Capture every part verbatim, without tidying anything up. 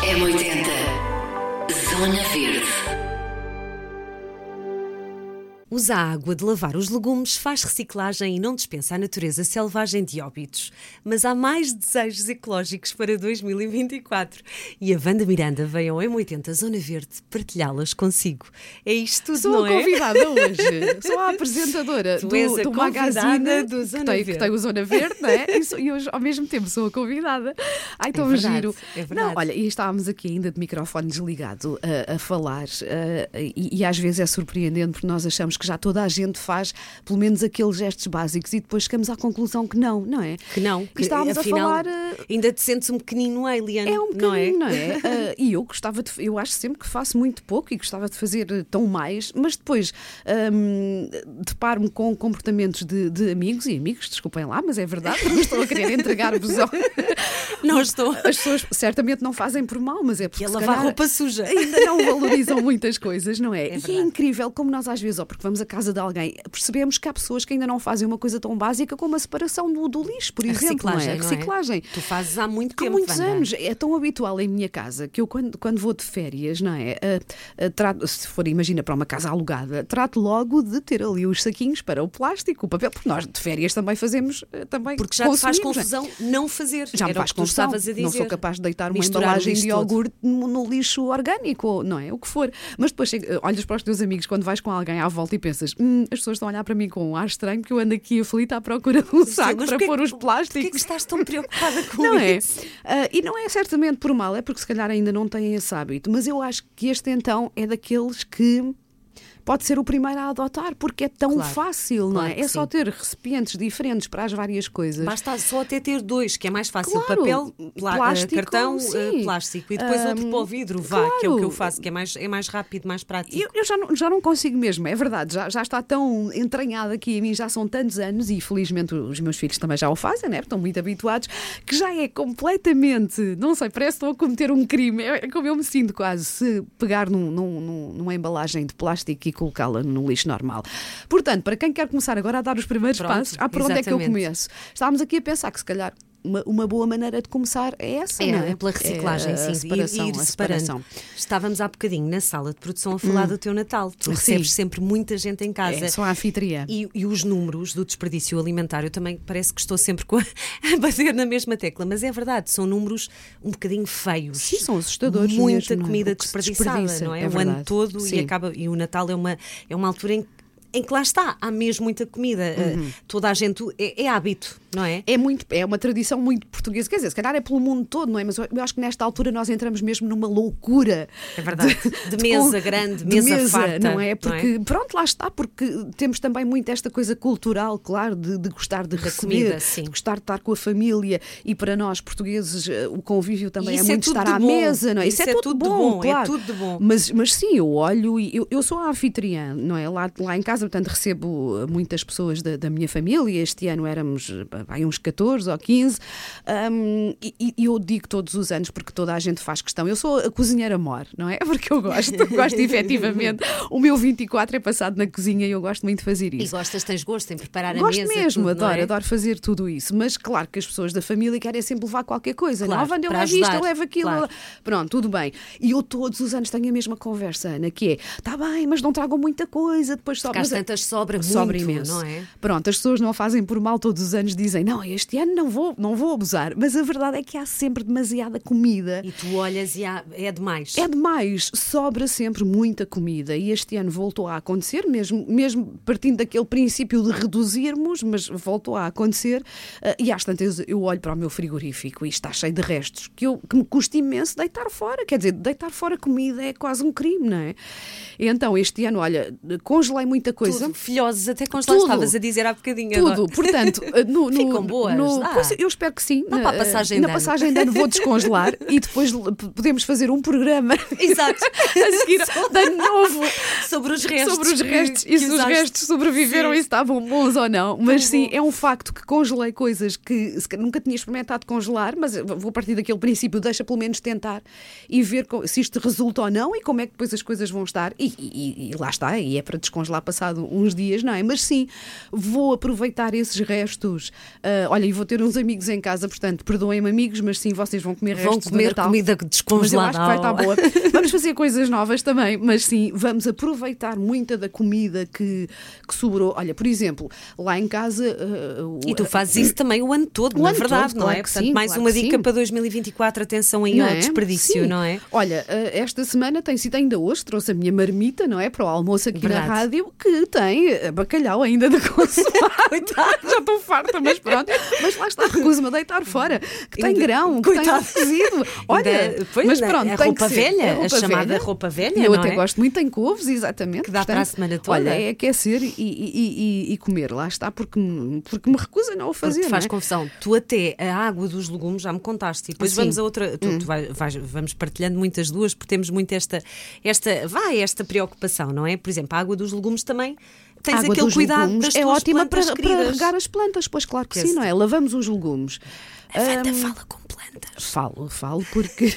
M oitenta, Zona Verde. Usa a água de lavar os legumes, faz reciclagem e não dispensa a natureza selvagem de óbitos. Mas há mais desejos ecológicos para dois mil e vinte e quatro. E a Wanda Miranda veio ao M oitenta Zona Verde partilhá-las consigo. É isto tudo, Sou não a é? convidada hoje. Sou a apresentadora Tu do, és a do convidada magazine do Zona que, tem, Verde. que tem o Zona Verde, não é? E, sou- e hoje, ao mesmo tempo, sou a convidada. Ai, tão verdade, giro. é verdade. Não, olha, e estávamos aqui ainda de microfone desligado a, a falar a- e, e às vezes é surpreendente porque nós achamos que já toda a gente faz pelo menos aqueles gestos básicos e depois chegamos à conclusão que não, não é? Que não, Que estávamos afinal, a falar... eh, ainda te sentes um pequenino alien, É um não é? bocadinho, não é? Ah, e eu gostava de, eu acho sempre que faço muito pouco e gostava de fazer eh, tão mais, mas depois hum, deparo-me com comportamentos de, de amigos e amigos, desculpem lá, mas é verdade, não estou a querer entregar-vos ao... Não estou. As pessoas certamente não fazem por mal, mas é porque E a se lavar calhar roupa suja. ainda não valorizam muitas coisas, não é? É e é verdade. incrível como nós às vezes, ou porque vamos à casa de alguém, percebemos que há pessoas que ainda não fazem uma coisa tão básica como a separação do, do lixo, por A exemplo. reciclagem, não é? A não é? reciclagem. Tu fazes há muito Há tempo, muitos Wanda. anos. É tão habitual em minha casa que eu, quando, quando vou de férias, não é? Ah, ah, trato, se for, imagina, para uma casa alugada, trato logo de ter ali os saquinhos para o plástico, o papel, porque nós de férias também fazemos, ah, também Porque já te faz consumimos, não é? confusão não fazer. Já me Era o faz que tu confusão. estavas a dizer. Não sou capaz de deitar uma Misturar o embalagem lixo de todo. iogurte no, no lixo orgânico, ou não é? O que for. Mas depois chega- olhas para os teus amigos quando vais com alguém à volta e pensas: hum, as pessoas estão a olhar para mim com um ar estranho porque eu ando aqui aflita à procura de um saco Mas para porquê pôr que- os Porquê que plásticos. estás tão preocupada com Não é? isso? Ah, e não é certamente por mal, é porque se calhar ainda não têm esse hábito. Mas eu acho que este então é daqueles que pode ser o primeiro a adotar, porque é tão Claro, fácil, não claro é? que É só sim. ter recipientes diferentes para as várias coisas. Basta só até ter dois, que é mais fácil. Claro, Papel, plá- plástico, cartão, sim. eh, plástico. E depois outro Hum, para o vidro, vá, que é o que eu claro. faço, que é mais, é mais rápido, mais prático. Eu, eu já, não, já não consigo mesmo, é verdade, já, já está tão entranhado aqui em mim, já são tantos anos e felizmente os meus filhos também já o fazem, né? Estão muito habituados, que já é completamente, não sei, parece que estou a cometer um crime, é como eu me sinto quase se pegar num, num- num- numa embalagem de plástico e colocá-la no lixo normal. Portanto, para quem quer começar agora a dar os primeiros Pronto, passos, ah, por onde é que eu exatamente. começo? Estávamos aqui a pensar que se calhar uma, uma boa maneira de começar é essa, É, não é? é pela reciclagem, É a sim, separação, ir, ir a separando. separação. Estávamos há bocadinho na sala de produção a falar do teu Natal. Tu Sim. recebes sempre muita gente em casa. É, sou a anfitriã. E, e os números do desperdício alimentar, eu também parece que estou sempre com a, a bater na mesma tecla, mas é verdade, são números um bocadinho feios. Sim, são assustadores Muita mesmo, não é? comida O que se desperdiçada, desperdiça, não é? é o ano verdade. todo e, Sim. acaba, e o Natal é uma, é uma altura em, em que lá está, há mesmo muita comida. Uhum. Uh, toda a gente, é, é hábito, não é? É, muito, é uma tradição muito portuguesa, quer dizer, se calhar é pelo mundo todo, não é? Mas eu eu acho que nesta altura nós entramos mesmo numa loucura. É verdade. De mesa grande, de mesa farta, não é? não Porque, é? pronto, lá está, porque temos também muito esta coisa cultural, claro, de, de gostar de receber, comida, sim. de gostar de estar com a família e para nós portugueses eh, o convívio também E é isso é muito tudo estar de à bom. mesa, não é? Isso é tudo de bom, é tudo de bom. Mas, mas sim, eu olho e eu, eu sou a anfitriã, não é? Lá, lá em casa, portanto, recebo muitas pessoas da, da minha família. Este ano éramos aí uns catorze ou quinze. Um, e, e eu digo todos os anos, porque toda a gente faz questão. Eu sou a cozinheira mor, não é? Porque eu gosto, gosto efetivamente. O meu vinte e quatro é passado na cozinha e eu gosto muito de fazer E isso. gostas, tens gosto em preparar a Gosto mesa. mesmo, tudo, não adoro, é? adoro fazer tudo isso. Mas claro que as pessoas da família querem sempre levar qualquer coisa. Claro, não, Wanda, eu para levo isto, eu ajudar, levo aquilo. claro. Pronto, tudo bem. E eu todos os anos tenho a mesma conversa, Ana, que é, está bem, mas não tragam muita coisa, depois sobra. Porque às Mas- tantas sobra muito, sobra imenso. não é? Pronto, as pessoas não fazem por mal todos os anos, dizem, não, este ano não vou, não vou abusar. Mas a verdade é que há sempre demasiada comida. E tu olhas e há, é demais. É demais, sobra sempre muita comida e este ano voltou a acontecer, mesmo, mesmo partindo daquele princípio de reduzirmos, mas voltou a acontecer. Uh, e às tantas eu olho para o meu frigorífico e está cheio de restos que, eu, que me custa imenso deitar fora. Quer dizer, deitar fora comida é quase um crime, não é? E então este ano, olha, congelei muita coisa. Tudo, filhoses, até congelados, Tudo. estavas a dizer há bocadinho. Tudo, adoro. portanto, no, no, Ficam boas, no- dá. pois, eu espero que sim. Dá para a Na- passagem na de ano. passagem de ano vou descongelar e depois podemos fazer um programa Exato. a seguir de ano novo Sobre os restos. sobre os que- restos que e se os usaste. restos sobreviveram Sim. e se estavam bons ou não. Mas Tão sim, bom. é um facto que congelei coisas que se calhar nunca tinha experimentado congelar, mas eu vou partir daquele princípio, deixa pelo menos tentar e ver co- se isto resulta ou não e como é que depois as coisas vão estar. E, e- e lá está, e é para descongelar passado passado uns dias, não é? Mas sim, vou aproveitar esses restos. Uh, olha, e vou ter uns amigos em casa, portanto, perdoem-me amigos, mas sim, vocês vão comer vão restos comer do Natal. comida descongelada. Mas eu acho que vai estar boa. Vamos fazer coisas novas também, mas sim, vamos aproveitar muita da comida que, que sobrou. Olha, por exemplo, lá em casa... Uh, e tu fazes isso também o ano todo, o na ano verdade, todo, não claro é? que Portanto, sim, mais claro uma que dica sim. para dois mil e vinte e quatro, atenção aí Não ao é? desperdício, Sim. não é? Olha, uh, esta semana tem sido ainda hoje, trouxe a minha marmita, não é? Para o almoço aqui Verdade. na rádio, que tem bacalhau ainda de consumar. Coitado, já estou farta, mas pronto. Mas lá está, recuso-me a deitar fora. Que tem Ainda- grão, que Coitado. tem cozido. Olha, Ainda- pois, mas né? pronto, A tem roupa que ser. velha, É a roupa chamada velha. roupa velha, E eu não até é? gosto muito, tem couves, exatamente. Que dá para a semana toda. Olha, é aquecer e, e, e, e comer, lá está, porque, me- porque me recusa a não o fazer. Porque te faz não é? confusão. Tu até a água dos legumes já me contaste e depois Sim. vamos a outra. Tu, tu vais, vais- vamos partilhando muitas duas porque temos muito esta, esta, vai, esta preocupação, não é? Por exemplo, a água dos legumes também tens A água aquele dos cuidado legumes das é tuas ótima para, plantas para queridas. regar as plantas, pois claro que Que sim, esse- não é? Lavamos os legumes. A Wanda Hum, fala com plantas. Falo, falo porque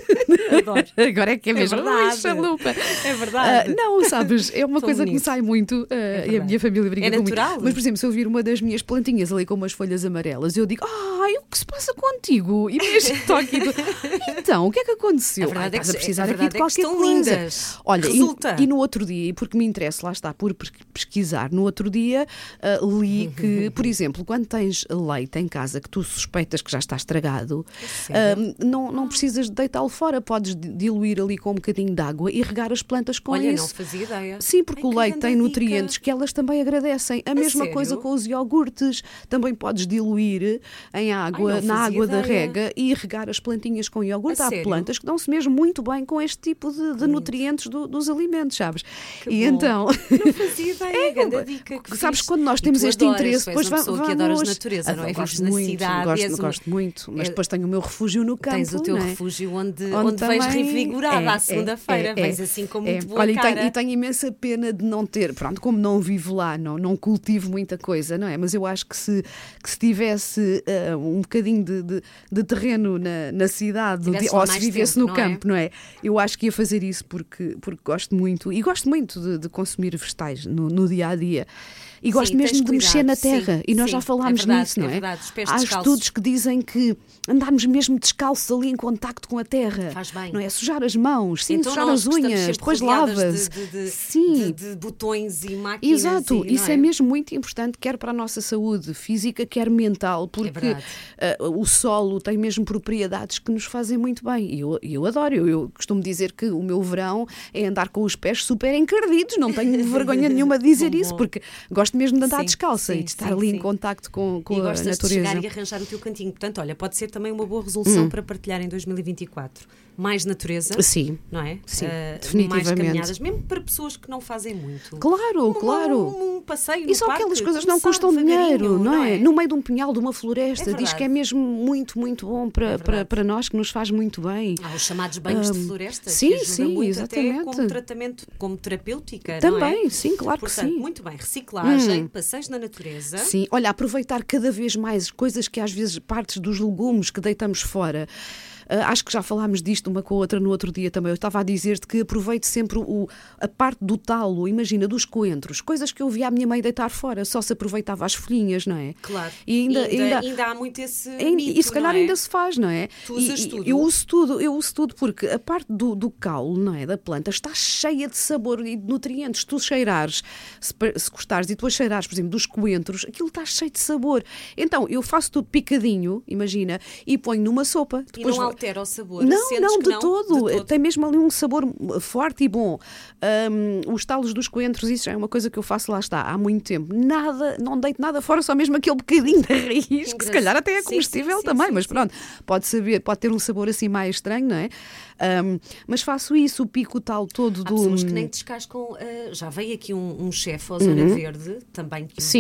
Adoro. agora é que é mesmo. verdade. Ai, chalupa. É verdade. Ah, não, sabes, é uma Tão coisa que me bonito. sai muito ah, e a verdade. minha família brinca É comigo. natural. Mas, por exemplo, se eu vir uma das minhas plantinhas ali com umas folhas amarelas, eu digo, ai, o que se passa contigo? E mesmo estou aqui. do- Então, o que é que aconteceu? A verdade Ai, é que estás a se- precisar a aqui verdade de é que qualquer estão coisa. lindas. Olha, e- Resulta. E, no outro dia, e porque me interessa, lá está, por pes- pesquisar, no outro dia ah, li que, por exemplo, quando tens leite em casa que tu suspeitas que já está estragado, sério? ah, não, não precisas de deitá-lo fora, podes di- diluir ali com um bocadinho de água e regar as plantas com Olha, isso. não fazia ideia. Sim, porque Ai, o que leite grande tem dica. nutrientes que elas também agradecem. A, mesma sério? coisa com os iogurtes. Também podes diluir em água, Ai, não na fazia água da ideia. rega e regar as plantinhas com iogurte. A Há sério? plantas que dão-se mesmo muito bem com este tipo de, de nutrientes do- dos alimentos, sabes? Que e bom. então. Não fazia ideia. É, grande dica que Sabes, fiz. quando nós E temos tu este adoras, interesse, tu és depois uma va- pessoa vamos. que adoras natureza, não é? Ah, Vives gosto na muito, cidade. gosto, és um- gosto muito, mas é- depois tenho o meu refúgio no campo. Tens o teu não é? refúgio onde, Onde onde, vais também- revigorada é, à segunda-feira. é, é, Vais é. assim com É. muito boa Olha, e cara. tenho, e tenho imensa pena de não ter, pronto, como não vivo lá, não, não cultivo muita coisa, não é? Mas eu acho que se, que se tivesse ah, um bocadinho de, de, de terreno na, na cidade, Tivesse de- lá ou se mais vivesse tempo, no não é? campo, não é? Eu acho que ia fazer isso porque, porque gosto muito, e gosto muito de, de consumir vegetais no, no dia a dia. E Sim, gosto tens mesmo de cuidado, mexer na sim, terra. E nós sim, já falámos é verdade, nisso, não é é? verdade, os pés Há descalços. estudos que dizem que andarmos mesmo descalços ali em contacto com a terra. Faz bem. Não é? Sujar as mãos, sim, Então sujar nós as que estamos unhas, sempre depois rodeadas lava-se. De, de, de, Sim. de, de botões e máquinas. Exato, e, não isso é? mesmo muito importante, quer para a nossa saúde física, quer mental, porque verdade. ah, o solo tem mesmo propriedades que nos fazem muito bem. E eu, eu adoro, eu, eu costumo dizer que o meu verão é andar com os pés super encardidos, não tenho vergonha nenhuma de dizer Bom, isso, bom. porque gosto mesmo de andar Sim, descalça sim, e de estar sim, ali sim. em contacto com, com E a gostas de natureza. chegar e arranjar o teu cantinho. Portanto, olha, pode ser também uma boa resolução para partilhar em dois mil e vinte e quatro. Mais natureza, Sim. não é? Sim, Ah, definitivamente. Mais caminhadas, mesmo para pessoas que não fazem muito. Claro, Um- claro. Um, um passeio E no são parque, aquelas coisas que não começar custam dinheiro, devagarinho, não é? No meio de um pinhal, de uma floresta, É diz que é verdade. mesmo muito, muito bom para, verdade. para, para nós, que nos faz muito bem. Há os chamados banhos de Hum, floresta, sim, que ajudam sim, muito até exatamente. como tratamento, como terapêutica, não Também, é? sim, claro que Portanto, sim. muito bem, reciclagem, passeios na natureza. Sim, olha, aproveitar cada vez mais coisas que às vezes partes dos legumes que deitamos fora. Ah, acho que já falámos disto uma com a outra no outro dia também. Eu estava a dizer-te que aproveite sempre o, a parte do talo, imagina, dos coentros, coisas que eu via a minha mãe deitar fora, só se aproveitava as folhinhas, não é? Claro. E ainda, ainda, ainda há muito esse Ainda- mito, e se calhar não é? ainda se faz, não é? Tu E- usas e tudo? Eu uso tudo, eu uso tudo porque a parte do, do caule, não é? Da planta está cheia de sabor e de nutrientes. Se tu cheirares, se, pa- se gostares e depois cheirares, por exemplo, dos coentros, aquilo está cheio de sabor. Então eu faço tudo picadinho, imagina, e ponho numa sopa. E Depois não vou- altera o sabor? Não, Sentes não que de, não? todo. De todo. Tem mesmo ali um sabor forte e bom. Um, os talos dos coentros, isso já é uma coisa que eu faço, lá está, há muito tempo. Nada, não deito nada fora, só mesmo aquele bocadinho da raiz, que se calhar até é Sim, comestível sim, sim, também, sim, mas sim. pronto, pode saber, pode ter um sabor assim mais estranho, não é? Um, mas faço isso, pico o talo todo Há do. pessoas que nem descascam. ah, já veio aqui um, um chefe ao Zona Verde, também que Sim.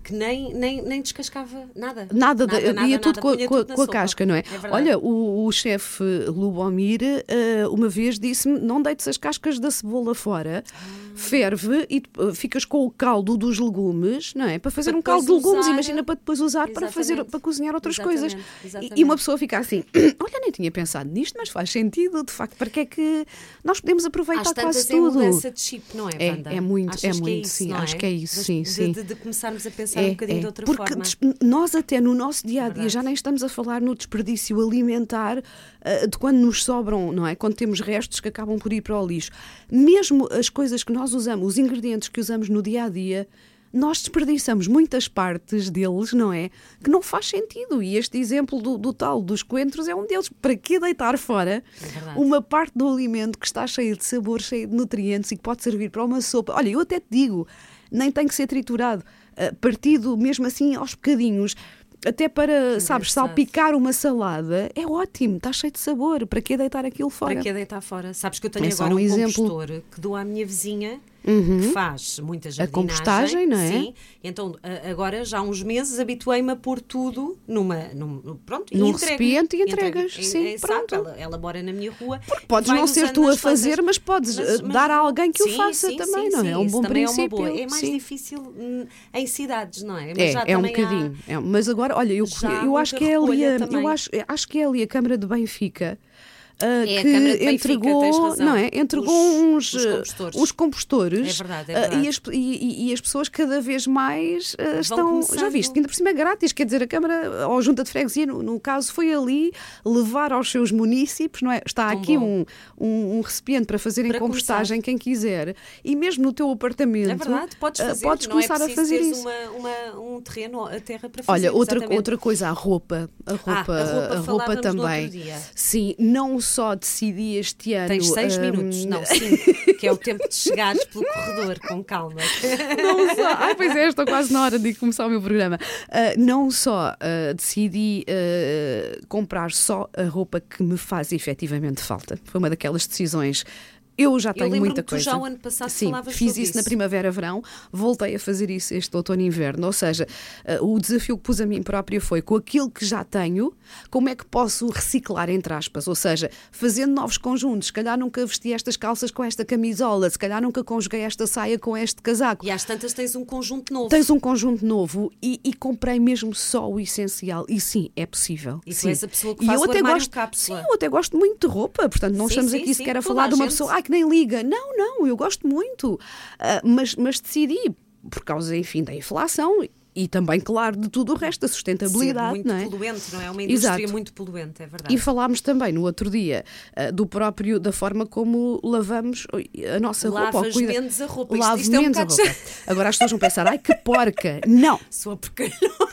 que nem, nem, nem descascava nada. Nada, nada, ia nada, tudo nada, com, a- punha com a- tudo na com a sopa. casca, não é? É verdade. Olha, o, o chefe Lubomir eh, uma vez disse-me: não deites as cascas da cebola fora, ferve e uh, ficas com o caldo dos legumes, não é? Para fazer Para um caldo de depois legumes, usar- imagina, para depois usar para fazer Exatamente. para cozinhar outras Exatamente, coisas. E- exatamente. E uma pessoa fica assim: olha, nem tinha pensado nisto, mas faz sentido, de facto, para que é que nós podemos aproveitar Às tantas quase é tudo. mudança de chip, não é, É, Wanda? é muito, Achas é que muito, isso, sim, não acho que é isso, De- sim, de, sim. De, de começarmos a pensar um bocadinho de outra porque forma. des- nós até no nosso dia a dia Verdade. já nem estamos a falar no desperdício alimentar ah, de quando nos sobram, não é? Quando temos restos que acabam por ir para o lixo. Mesmo as coisas que nós usamos, os ingredientes que usamos no dia a dia, nós desperdiçamos muitas partes deles, não é? Que não faz sentido. E este exemplo do, do tal dos coentros é um deles. Para que deitar fora É verdade. uma parte do alimento que está cheia de sabor, cheia de nutrientes e que pode servir para uma sopa? Olha, eu até te digo, nem tem que ser triturado, ah, partido mesmo assim aos bocadinhos. Até para, sabes, engraçado. salpicar uma salada é ótimo, está cheio de sabor. Para que deitar aquilo fora? Para que deitar fora? Sabes que eu tenho É só agora um um, exemplo. compostor que dou à minha vizinha, que faz muita jardinagem. compostagem, não é? Sim. Então, a- agora, já há uns meses, habituei-me a pôr tudo numa, num, pronto, Num e entrego. recipiente e entregas, Entrego. sim, é, é, pronto. sabe, ela, ela mora na minha rua. Porque podes vai não ser usando tu a nas plantas. fazer, mas podes Mas- eh, mas- dar a alguém que o sim, faça sim, também, sim, não é? sim, É um isso bom também princípio. É, uma boa. É mais sim. difícil hum, em cidades, não é? Mas É, já é um também há- bocadinho. é. Mas agora, olha, eu, Já há eu muita acho que é ali, recolha a, também. eu acho, acho que é ali a Câmara de Benfica. ah, É a que Câmara de Benfica, entregou, tens razão. não é? Entregou Os- uns, os ah, compostores. uns compostores. É verdade, é ah, verdade. e, as, e- e- e as pessoas cada vez mais ah, estão. Já começando. viste? Que ainda por cima é grátis. Quer dizer, a Câmara ou a Junta de Freguesia, no, no caso, foi ali levar aos seus municípios, não é? Está Tão aqui bom. um, um, um recipiente para fazerem Para compostagem, quem quiser. E mesmo no teu apartamento. É verdade, podes ah, fazer. podes não é começar a preciso fazer teres isso. Uma, uma, um terreno, a terra para fazer. Olha, outra, exatamente. outra coisa, a roupa. A roupa, Ah, a roupa, a roupa falávamos no também. outro dia. Sim, não só decidi este ano. Tens seis hum, minutos, não, cinco, que é o tempo de chegares pelo corredor, com calma. Não só. Ai, pois é, estou quase na hora de começar o meu programa. Ah, não só ah, decidi ah, comprar só a roupa que me faz efetivamente falta. Foi uma daquelas decisões. Eu já Eu tenho lembro-me muita que tu coisa. já o ano passado Sim, falavas fiz sobre isso na isso. primavera-verão, voltei a fazer isso este outono e inverno. Ou seja, uh, o desafio que pus a mim própria foi, com aquilo que já tenho, como é que posso reciclar, entre aspas? Ou seja, fazendo novos conjuntos. Se calhar nunca vesti estas calças com esta camisola, se calhar nunca conjuguei esta saia com este casaco. E às tantas tens um conjunto novo. Tens um conjunto novo e, e comprei mesmo só o essencial. E sim, é possível. E tu sim. és a pessoa que E faz eu o até armário gosto, cápsula. Sim, eu até gosto muito de roupa. Portanto, não Sim, estamos sim, aqui sim, sequer a toda falar a de uma gente. pessoa ah, que nem liga. Não, não, eu gosto muito. Ah, mas, mas decidi, por causa, enfim, da inflação e também, claro, de tudo o resto, da sustentabilidade. Ser muito não é? poluente, não é? Uma indústria Exato. muito poluente, é verdade. E falámos também no outro dia ah, do próprio, da forma como lavamos a nossa roupa. ou Lavas cuida- menos a roupa. Isto- Lavo isto é um menos a bocado roupa. Agora as pessoas vão pensar, ai que porca. Não, Sou porcaria.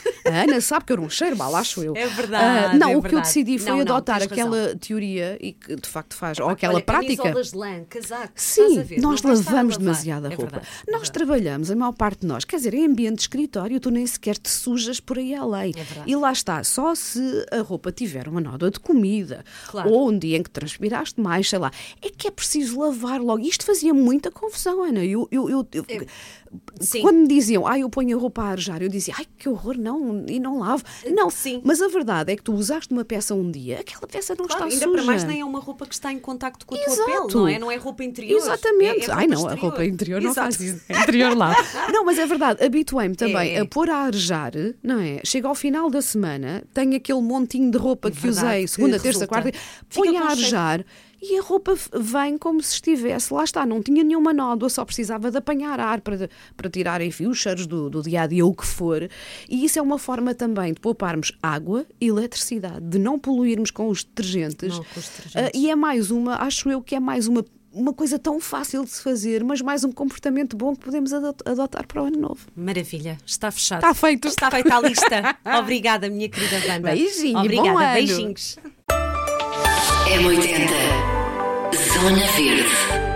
a Ana sabe que eu não cheiro mal, acho eu. É verdade, Ah, não, é o que eu verdade. decidi foi Não, não, adotar tens aquela razão. teoria e que de facto faz, ou aquela Olha, prática. camisolas de lã, casaco, Sim, estás a ver? nós Não vais estar a lavamos lavar. demasiada É roupa. verdade, é Nós verdade. trabalhamos, a maior parte de nós, quer dizer, em ambiente de escritório, tu nem sequer te sujas por aí além. É verdade. E lá está, só se a roupa tiver uma nódoa de comida, Claro. ou um dia em que transpiraste mais, sei lá, é que é preciso lavar logo. Isto fazia muita confusão, Ana. Eu, eu, eu, eu- Sim. Quando me diziam, ai, eu ponho a roupa a arejar, eu dizia, ai, que horror, não, e não lavo. Não, Sim. mas a verdade é que tu usaste uma peça um dia, aquela peça não Claro, está ainda suja. para mais nem é uma roupa que está em contacto com a tua Exato. pele, não é? Não é roupa interior. Exatamente. É, é Ai não, a exterior. roupa interior não Exato. faz isso. É interior lá. Não, mas é verdade, habituei-me também É, é. a pôr a arejar, não é? Chega ao final da semana, tenho aquele montinho de roupa que Verdade, usei que segunda, terça, resulta. quarta, Fica põe com a cheiro. arejar. E a roupa f- vem como se estivesse, lá está, não tinha nenhuma nódoa, só precisava de apanhar ar para, para tirar, enfim, os cheiros do, do dia a dia, ou o que for. E isso é uma forma também de pouparmos água e eletricidade, de não poluirmos com os detergentes. Não, com os detergentes. Ah, e é mais uma, acho eu que é mais uma, uma coisa tão fácil de se fazer, mas mais um comportamento bom que podemos adot- adotar para o ano novo. Maravilha, está fechado. Está feito. Está feita a lista. Obrigada, minha querida Wanda. Beijinho, Obrigada, bom ano. beijinhos. M oitenta, Zona Verde.